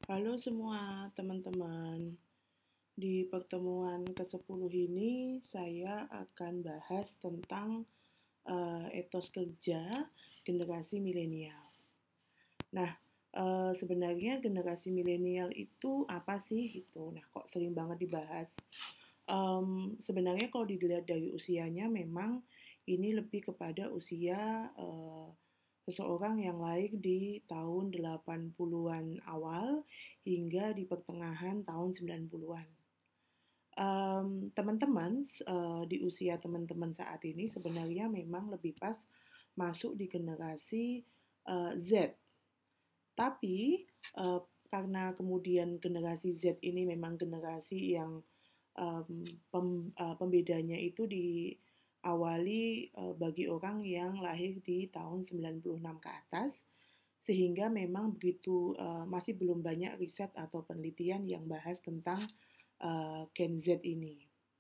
Halo semua teman-teman. Di pertemuan ke-10 ini saya akan bahas tentang etos kerja generasi milenial. Nah, sebenarnya generasi milenial itu apa sih gitu. Nah, kok sering banget dibahas. Sebenarnya kalau dilihat dari usianya memang ini lebih kepada usia seseorang yang lahir di tahun 80-an awal hingga di pertengahan tahun 90-an. Teman-teman di usia teman-teman saat ini sebenarnya memang lebih pas masuk di generasi Z. Tapi karena kemudian generasi Z ini memang generasi yang pembedanya itu diawali bagi orang yang lahir di tahun 96 ke atas, sehingga memang begitu masih belum banyak riset atau penelitian yang bahas tentang Gen Z ini.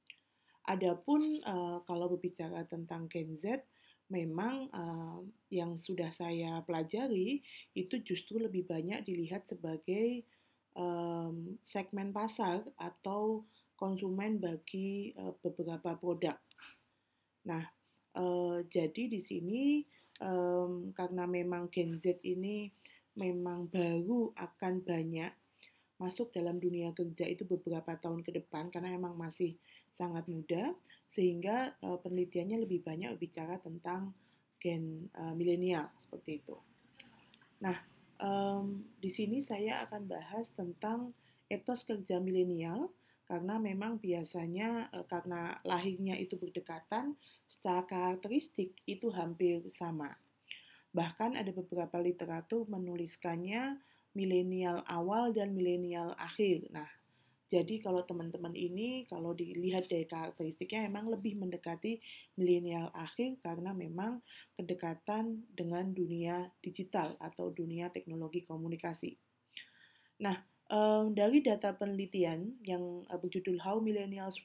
Adapun kalau berbicara tentang Gen Z, memang yang sudah saya pelajari itu justru lebih banyak dilihat sebagai segmen pasar atau konsumen bagi beberapa produk. Nah, jadi di sini karena memang Gen Z ini memang baru akan banyak masuk dalam dunia kerja itu beberapa tahun ke depan karena memang masih sangat muda, sehingga penelitiannya lebih banyak bicara tentang gen milenial seperti itu. Nah, di sini saya akan bahas tentang etos kerja milenial karena memang biasanya karena lahirnya itu berdekatan, secara karakteristik itu hampir sama. Bahkan ada beberapa literatur menuliskannya milenial awal dan milenial akhir. Nah, jadi kalau teman-teman ini kalau dilihat dari karakteristiknya memang lebih mendekati milenial akhir karena memang kedekatan dengan dunia digital atau dunia teknologi komunikasi. Nah, dari data penelitian yang berjudul How Millennials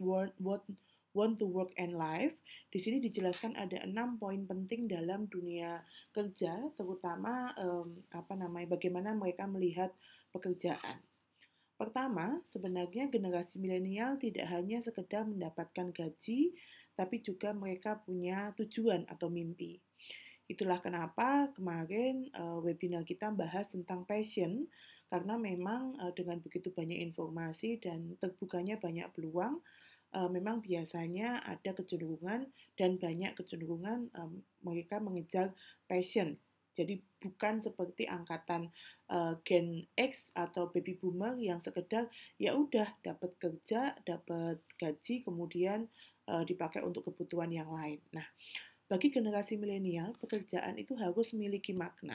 Want to Work and Live, di sini dijelaskan ada 6 poin penting dalam dunia kerja, terutama bagaimana mereka melihat pekerjaan. Pertama, sebenarnya generasi milenial tidak hanya sekedar mendapatkan gaji, tapi juga mereka punya tujuan atau mimpi. Itulah kenapa kemarin webinar kita bahas tentang passion, karena memang dengan begitu banyak informasi dan terbukanya banyak peluang, memang biasanya ada kecenderungan dan banyak kecenderungan mereka mengejar passion. Jadi bukan seperti angkatan Gen X atau baby boomer yang sekedar ya udah dapat kerja, dapat gaji, kemudian dipakai untuk kebutuhan yang lain. Nah, bagi generasi milenial, pekerjaan itu harus memiliki makna.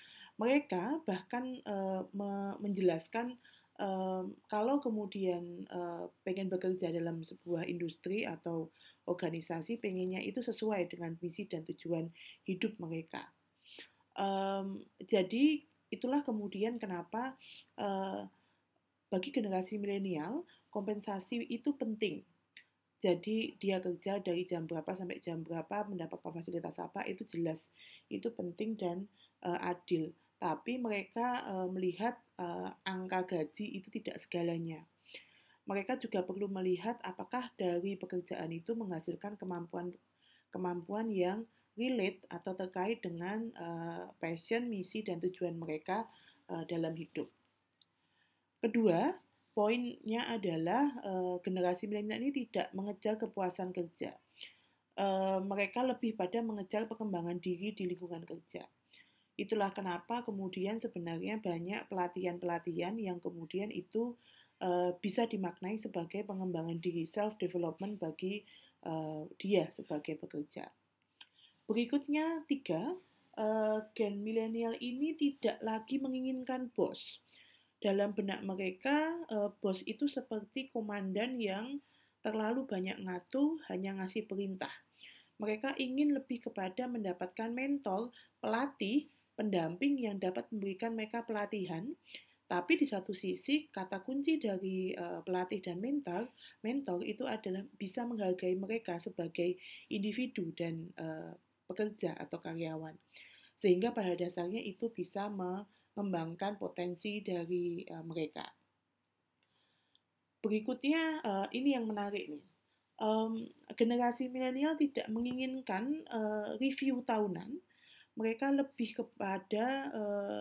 Mereka bahkan menjelaskan kalau kemudian pengen bekerja dalam sebuah industri atau organisasi, pengennya itu sesuai dengan visi dan tujuan hidup mereka. Jadi itulah kemudian kenapa bagi generasi milenial kompensasi itu penting. Jadi dia kerja dari jam berapa sampai jam berapa, mendapatkan fasilitas apa, itu jelas. Itu penting dan adil. Tapi mereka melihat angka gaji itu tidak segalanya. Mereka juga perlu melihat apakah dari pekerjaan itu menghasilkan kemampuan yang relate atau terkait dengan passion, misi, dan tujuan mereka dalam hidup. Kedua, poinnya adalah generasi milenial ini tidak mengejar kepuasan kerja. Mereka lebih pada mengejar perkembangan diri di lingkungan kerja. Itulah kenapa kemudian sebenarnya banyak pelatihan-pelatihan yang kemudian itu bisa dimaknai sebagai pengembangan diri, self development bagi dia sebagai pekerja. Berikutnya 3, gen milenial ini tidak lagi menginginkan bos. Dalam benak mereka, bos itu seperti komandan yang terlalu banyak ngatur, hanya ngasih perintah. Mereka ingin lebih kepada mendapatkan mentor, pelatih, pendamping yang dapat memberikan mereka pelatihan. Tapi di satu sisi, kata kunci dari pelatih dan mentor itu adalah bisa menghargai mereka sebagai individu dan pekerja atau karyawan. Sehingga pada dasarnya itu bisa mengembangkan potensi dari mereka. Berikutnya ini yang menarik nih. Generasi milenial tidak menginginkan review tahunan, mereka lebih kepada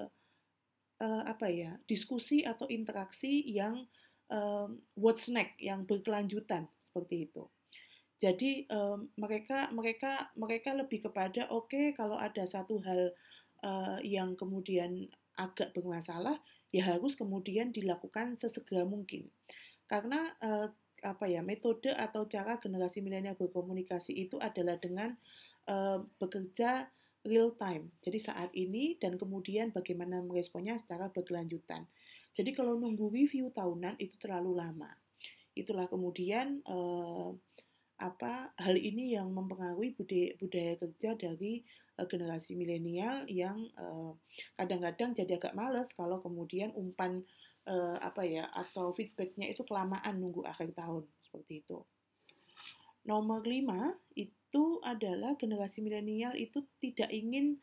diskusi atau interaksi yang what's next, yang berkelanjutan seperti itu. Jadi mereka lebih kepada oke, kalau ada satu hal yang kemudian agak bermasalah, ya harus kemudian dilakukan sesegera mungkin. Karena metode atau cara generasi milenial berkomunikasi itu adalah dengan bekerja real time. Jadi saat ini dan kemudian bagaimana meresponnya secara berkelanjutan. Jadi kalau nunggu review tahunan itu terlalu lama. Itulah kemudian hal ini yang mempengaruhi budaya kerja dari generasi milenial yang kadang-kadang jadi agak males kalau kemudian umpan atau feedbacknya itu kelamaan nunggu akhir tahun seperti itu. Nomor 5 itu adalah generasi milenial itu tidak ingin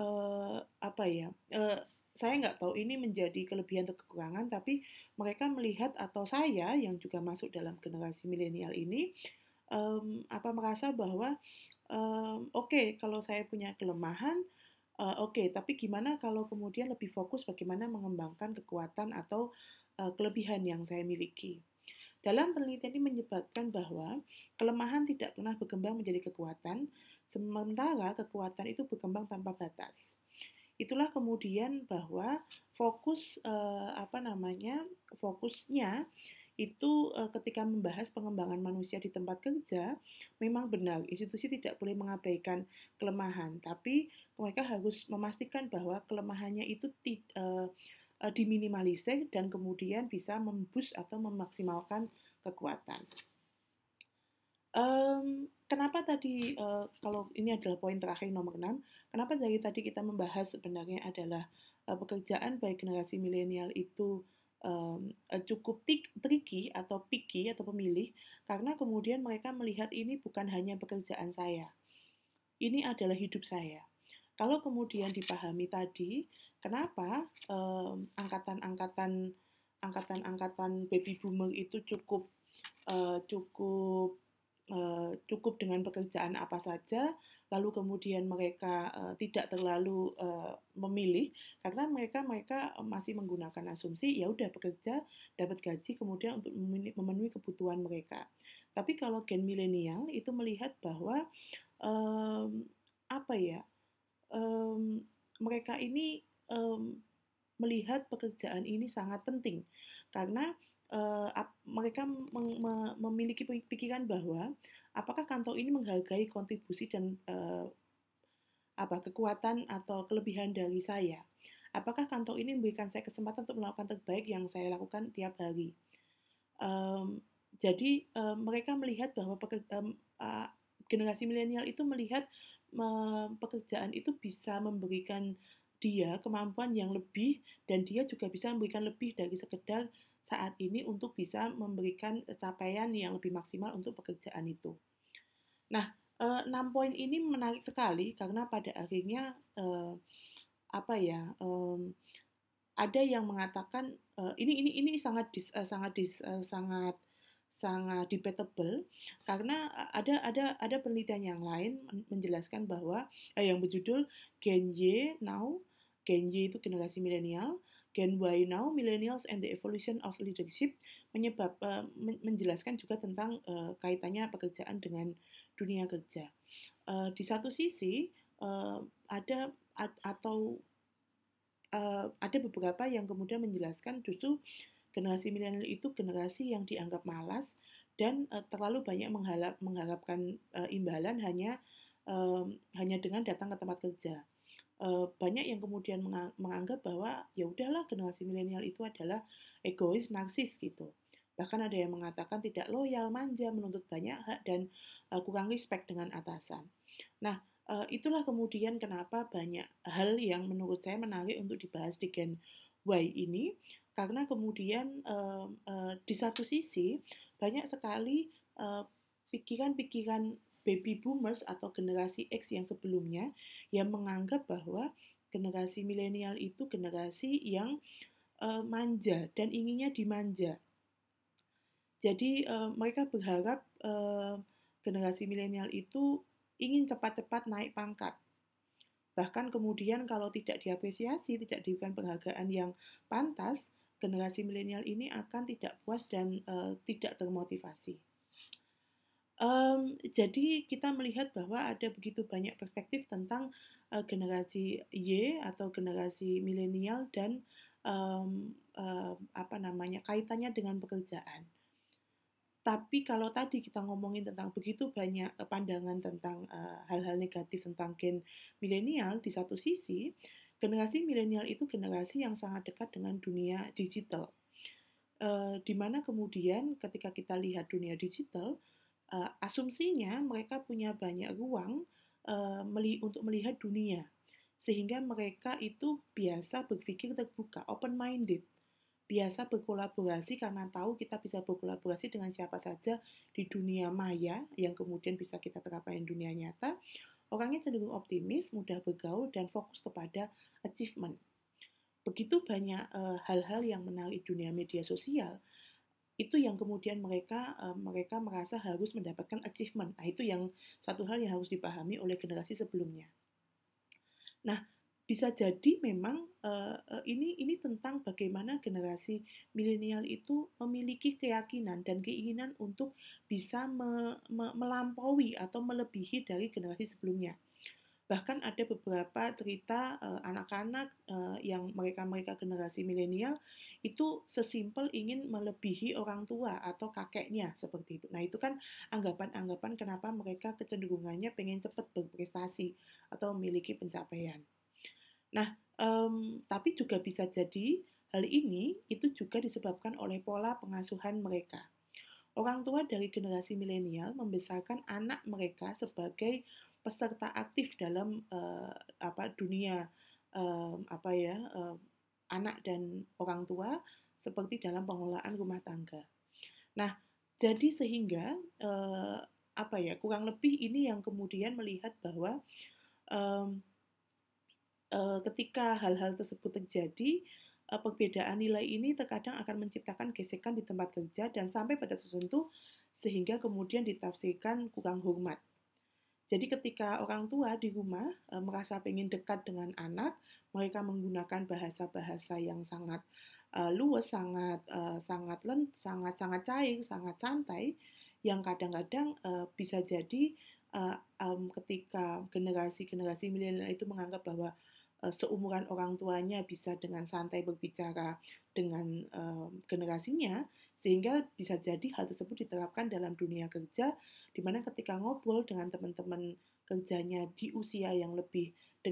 saya nggak tahu ini menjadi kelebihan atau kekurangan, tapi mereka melihat atau saya yang juga masuk dalam generasi milenial ini merasa bahwa kalau saya punya kelemahan, tapi gimana kalau kemudian lebih fokus bagaimana mengembangkan kekuatan atau kelebihan yang saya miliki. Dalam penelitian ini menyebabkan bahwa kelemahan tidak pernah berkembang menjadi kekuatan, sementara kekuatan itu berkembang tanpa batas. Itulah kemudian bahwa fokusnya itu ketika membahas pengembangan manusia di tempat kerja, memang benar institusi tidak boleh mengabaikan kelemahan, tapi mereka harus memastikan bahwa kelemahannya itu diminimalisir dan kemudian bisa memboost atau memaksimalkan kekuatan. Kenapa tadi, kalau ini adalah poin terakhir nomor 6, kenapa dari tadi kita membahas sebenarnya adalah pekerjaan baik generasi milenial itu cukup tricky atau picky atau pemilih, karena kemudian mereka melihat ini bukan hanya pekerjaan saya, ini adalah hidup saya. Kalau kemudian dipahami tadi, kenapa angkatan baby boomer itu cukup dengan pekerjaan apa saja, lalu kemudian mereka tidak terlalu memilih, karena mereka masih menggunakan asumsi ya udah bekerja dapat gaji kemudian untuk memenuhi kebutuhan mereka. Tapi kalau gen milenial itu melihat bahwa mereka ini melihat pekerjaan ini sangat penting karena mereka memiliki pikiran bahwa apakah kantor ini menghargai kontribusi dan kekuatan atau kelebihan dari saya. Apakah kantor ini memberikan saya kesempatan untuk melakukan terbaik yang saya lakukan tiap hari. Jadi mereka melihat bahwa generasi milenial itu melihat pekerjaan itu bisa memberikan dia kemampuan yang lebih dan dia juga bisa memberikan lebih dari sekedar saat ini untuk bisa memberikan capaian yang lebih maksimal untuk pekerjaan itu. Nah, 6 poin ini menarik sekali karena pada akhirnya ada yang mengatakan ini sangat debatable karena ada penelitian yang lain menjelaskan bahwa yang berjudul Gen Y Now, Gen Y itu generasi milenial, Gen Y Now, Millennials and the Evolution of Leadership, menjelaskan juga tentang kaitannya pekerjaan dengan dunia kerja. Di satu sisi ada beberapa yang kemudian menjelaskan justru generasi milenial itu generasi yang dianggap malas dan terlalu banyak mengharapkan imbalan hanya dengan datang ke tempat kerja. Banyak yang kemudian menganggap bahwa ya udahlah generasi milenial itu adalah egois, narsis gitu. Bahkan ada yang mengatakan tidak loyal, manja, menuntut banyak hak dan kurang respect dengan atasan. Nah, itulah kemudian kenapa banyak hal yang menurut saya menarik untuk dibahas di Gen Y ini, karena kemudian di satu sisi banyak sekali pikiran-pikiran baby boomers atau generasi X yang sebelumnya yang menganggap bahwa generasi milenial itu generasi yang manja dan inginnya dimanja. Jadi mereka berharap generasi milenial itu ingin cepat-cepat naik pangkat. Bahkan kemudian kalau tidak diapresiasi, tidak diberikan penghargaan yang pantas, generasi milenial ini akan tidak puas dan tidak termotivasi. Jadi kita melihat bahwa ada begitu banyak perspektif tentang generasi Y atau generasi milenial dan kaitannya dengan pekerjaan. Tapi kalau tadi kita ngomongin tentang begitu banyak pandangan tentang hal-hal negatif tentang gen milenial, di satu sisi generasi milenial itu generasi yang sangat dekat dengan dunia digital. Di mana kemudian ketika kita lihat dunia digital, asumsinya mereka punya banyak ruang untuk melihat dunia, sehingga mereka itu biasa berpikir terbuka, open-minded, biasa berkolaborasi karena tahu kita bisa berkolaborasi dengan siapa saja di dunia maya yang kemudian bisa kita terapkan di dunia nyata. Orangnya cenderung optimis, mudah bergaul, dan fokus kepada achievement. Begitu banyak hal-hal yang menarik dunia media sosial, itu yang kemudian mereka merasa harus mendapatkan achievement. Nah, itu yang satu hal yang harus dipahami oleh generasi sebelumnya. Nah, bisa jadi memang ini tentang bagaimana generasi milenial itu memiliki keyakinan dan keinginan untuk bisa melampaui atau melebihi dari generasi sebelumnya. Bahkan ada beberapa cerita anak-anak yang mereka generasi milenial itu sesimpel ingin melebihi orang tua atau kakeknya seperti itu. Nah, itu kan anggapan-anggapan kenapa mereka kecenderungannya pengen cepat berprestasi atau memiliki pencapaian. Nah, tapi juga bisa jadi hal ini itu juga disebabkan oleh pola pengasuhan mereka. Orang tua dari generasi milenial membesarkan anak mereka sebagai peserta aktif dalam dunia anak dan orang tua seperti dalam pengelolaan rumah tangga. Nah, jadi sehingga kurang lebih ini yang kemudian melihat bahwa ketika hal-hal tersebut terjadi, perbedaan nilai ini terkadang akan menciptakan gesekan di tempat kerja dan sampai pada tertentu sehingga kemudian ditafsirkan kurang hormat. Jadi ketika orang tua di rumah merasa ingin dekat dengan anak, mereka menggunakan bahasa-bahasa yang sangat luwes, sangat cair, sangat santai, yang kadang-kadang bisa jadi ketika generasi milenial itu menganggap bahwa seumuran orang tuanya bisa dengan santai berbicara dengan generasinya, sehingga bisa jadi hal tersebut diterapkan dalam dunia kerja, di mana ketika ngobrol dengan teman-teman kerjanya di usia yang lebih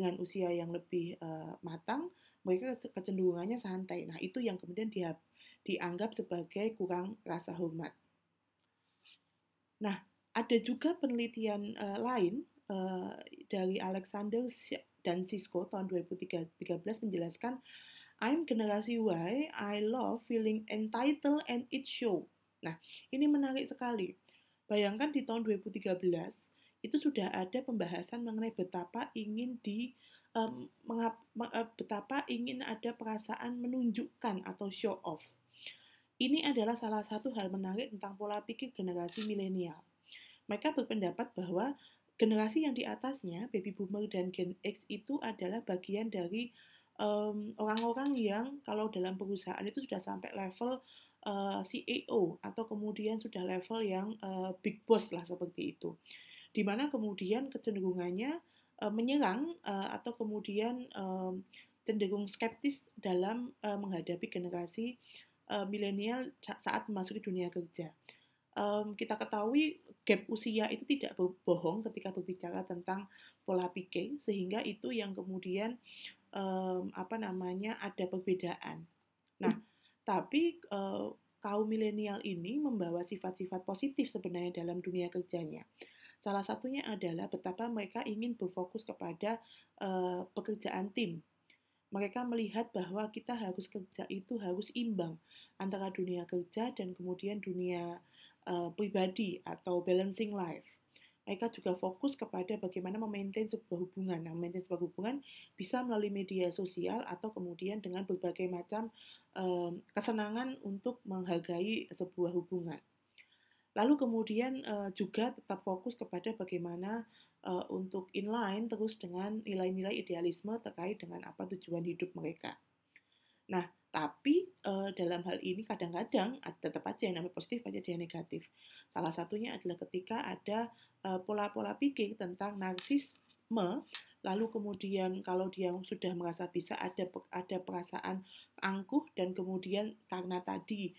matang, mereka kecenderungannya santai. Nah, itu yang kemudian dianggap sebagai kurang rasa hormat. Nah, ada juga penelitian lain dari Alexander dan Cisco tahun 2013 menjelaskan, I'm generasi Y, I love feeling entitled and it show. Nah, ini menarik sekali. Bayangkan di tahun 2013 itu sudah ada pembahasan mengenai betapa ingin betapa ingin ada perasaan menunjukkan atau show off. Ini adalah salah satu hal menarik tentang pola pikir generasi milenial. Mereka berpendapat bahwa generasi yang di atasnya, baby boomer dan gen X itu adalah bagian dari orang-orang yang kalau dalam perusahaan itu sudah sampai level CEO atau kemudian sudah level yang big boss lah seperti itu. Di mana kemudian kecenderungannya menyerang atau kemudian cenderung skeptis dalam menghadapi generasi milenial saat memasuki dunia kerja. Kita ketahui gap usia itu tidak bohong ketika berbicara tentang pola pikir, sehingga itu yang kemudian ada perbedaan. Nah, tapi kaum milenial ini membawa sifat-sifat positif sebenarnya dalam dunia kerjanya. Salah satunya adalah betapa mereka ingin berfokus kepada pekerjaan tim. Mereka melihat bahwa kita harus kerja itu harus imbang antara dunia kerja dan kemudian dunia pribadi atau balancing life. mereka juga fokus kepada bagaimana memaintain sebuah hubungan. Nah, memaintain sebuah hubungan bisa melalui media sosial atau kemudian dengan berbagai macam kesenangan untuk menghargai sebuah hubungan. Lalu kemudian juga tetap fokus kepada bagaimana untuk inline terus dengan nilai-nilai idealisme terkait dengan apa tujuan hidup mereka. Nah, tapi dalam hal ini kadang-kadang tetap aja yang namanya positif, aja yang negatif. Salah satunya adalah ketika ada pola-pola pikir tentang narsisme, lalu kemudian kalau dia sudah merasa bisa ada perasaan angkuh dan kemudian karena tadi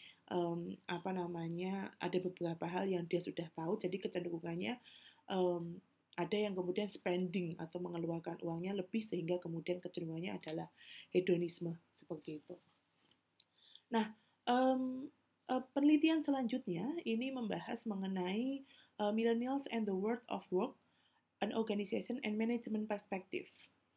ada beberapa hal yang dia sudah tahu, jadi kecenderungannya ada yang kemudian spending atau mengeluarkan uangnya lebih sehingga kemudian kecenderungannya adalah hedonisme seperti itu. Nah, penelitian selanjutnya ini membahas mengenai millennials and the world of work, an organization and management perspective.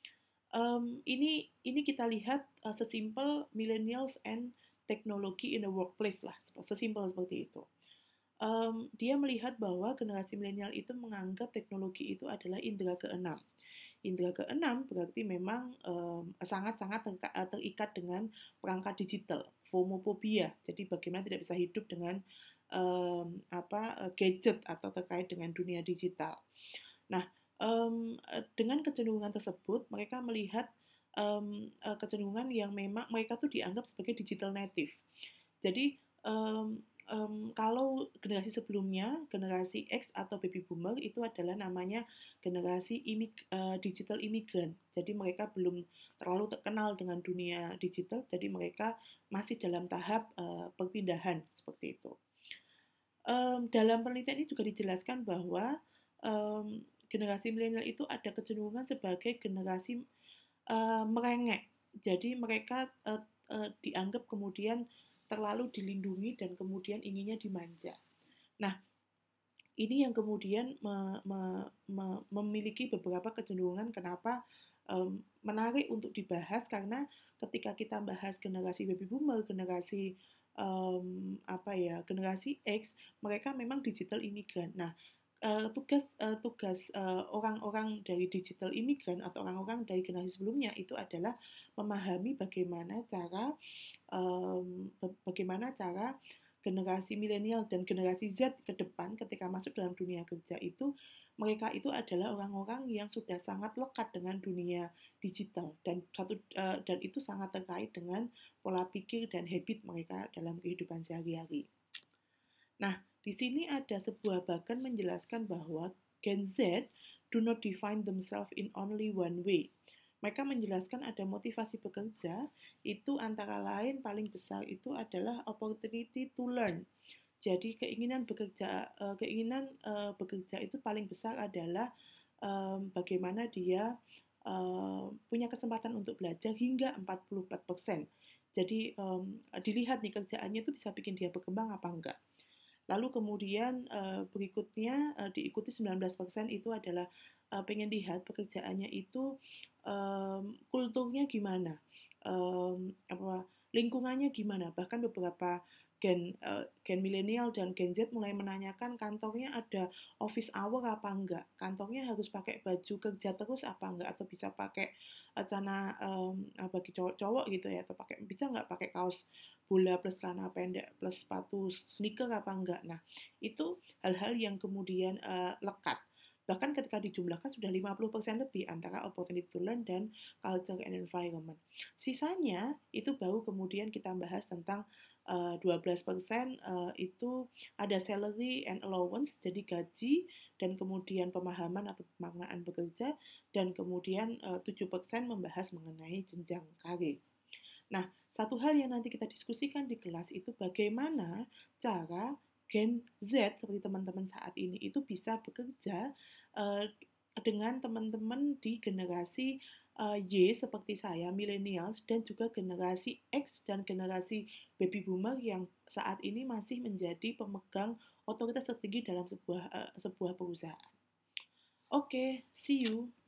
Ini kita lihat sesimpel millennials and technology in the workplace lah, sesimpel seperti itu. Dia melihat bahwa generasi milenial itu menganggap teknologi itu adalah indera keenam. Indera keenam berarti memang sangat-sangat terikat dengan perangkat digital, FOMOphobia. Jadi bagaimana tidak bisa hidup dengan gadget atau terkait dengan dunia digital. Nah, dengan kecenderungan tersebut, mereka melihat kecenderungan yang memang mereka tuh dianggap sebagai digital native. Jadi kalau generasi sebelumnya, generasi X atau baby boomer itu adalah namanya generasi digital immigrant. Jadi mereka belum terlalu terkenal dengan dunia digital, jadi mereka masih dalam tahap perpindahan seperti itu. Dalam penelitian ini juga dijelaskan bahwa generasi milenial itu ada kecenderungan sebagai generasi merengek. Jadi mereka dianggap kemudian terlalu dilindungi dan kemudian inginnya dimanja. Nah, ini yang kemudian memiliki beberapa kecenderungan kenapa menarik untuk dibahas, karena ketika kita bahas generasi baby boomer, generasi generasi X, mereka memang digital immigrant. Nah, tugas orang-orang dari digital immigrant atau orang-orang dari generasi sebelumnya itu adalah memahami bagaimana cara generasi milenial dan generasi Z ke depan ketika masuk dalam dunia kerja itu, mereka itu adalah orang-orang yang sudah sangat lekat dengan dunia digital dan itu sangat terkait dengan pola pikir dan habit mereka dalam kehidupan sehari-hari. Nah, di sini ada sebuah bagan menjelaskan bahwa Gen Z do not define themselves in only one way. Mereka menjelaskan ada motivasi bekerja, itu antara lain paling besar itu adalah opportunity to learn. Jadi keinginan bekerja itu paling besar adalah bagaimana dia punya kesempatan untuk belajar hingga 44%. Jadi dilihat nih kerjaannya itu bisa bikin dia berkembang apa enggak. Lalu kemudian berikutnya diikuti 19% itu adalah pengen lihat pekerjaannya itu kulturnya gimana, lingkungannya gimana. Bahkan beberapa gen milenial dan gen Z mulai menanyakan kantornya ada office hour apa enggak, kantornya harus pakai baju kerja terus apa enggak, atau bisa pakai celana bagi cowok-cowok gitu ya, atau bisa enggak pakai kaos bola plus celana pendek plus sepatu sneaker apa enggak. Nah, itu hal-hal yang kemudian lekat. Bahkan ketika dijumlahkan sudah 50% lebih antara opportunity to learn dan culture and environment. Sisanya itu baru kemudian kita bahas tentang 12% itu ada salary and allowance, jadi gaji dan kemudian pemahaman atau pemaknaan bekerja, dan kemudian 7% membahas mengenai jenjang karir. Nah, satu hal yang nanti kita diskusikan di kelas itu bagaimana cara Gen Z seperti teman-teman saat ini itu bisa bekerja dengan teman-teman di generasi Y seperti saya, millennials, dan juga generasi X dan generasi baby boomer yang saat ini masih menjadi pemegang otoritas tertinggi dalam sebuah perusahaan. Oke, see you.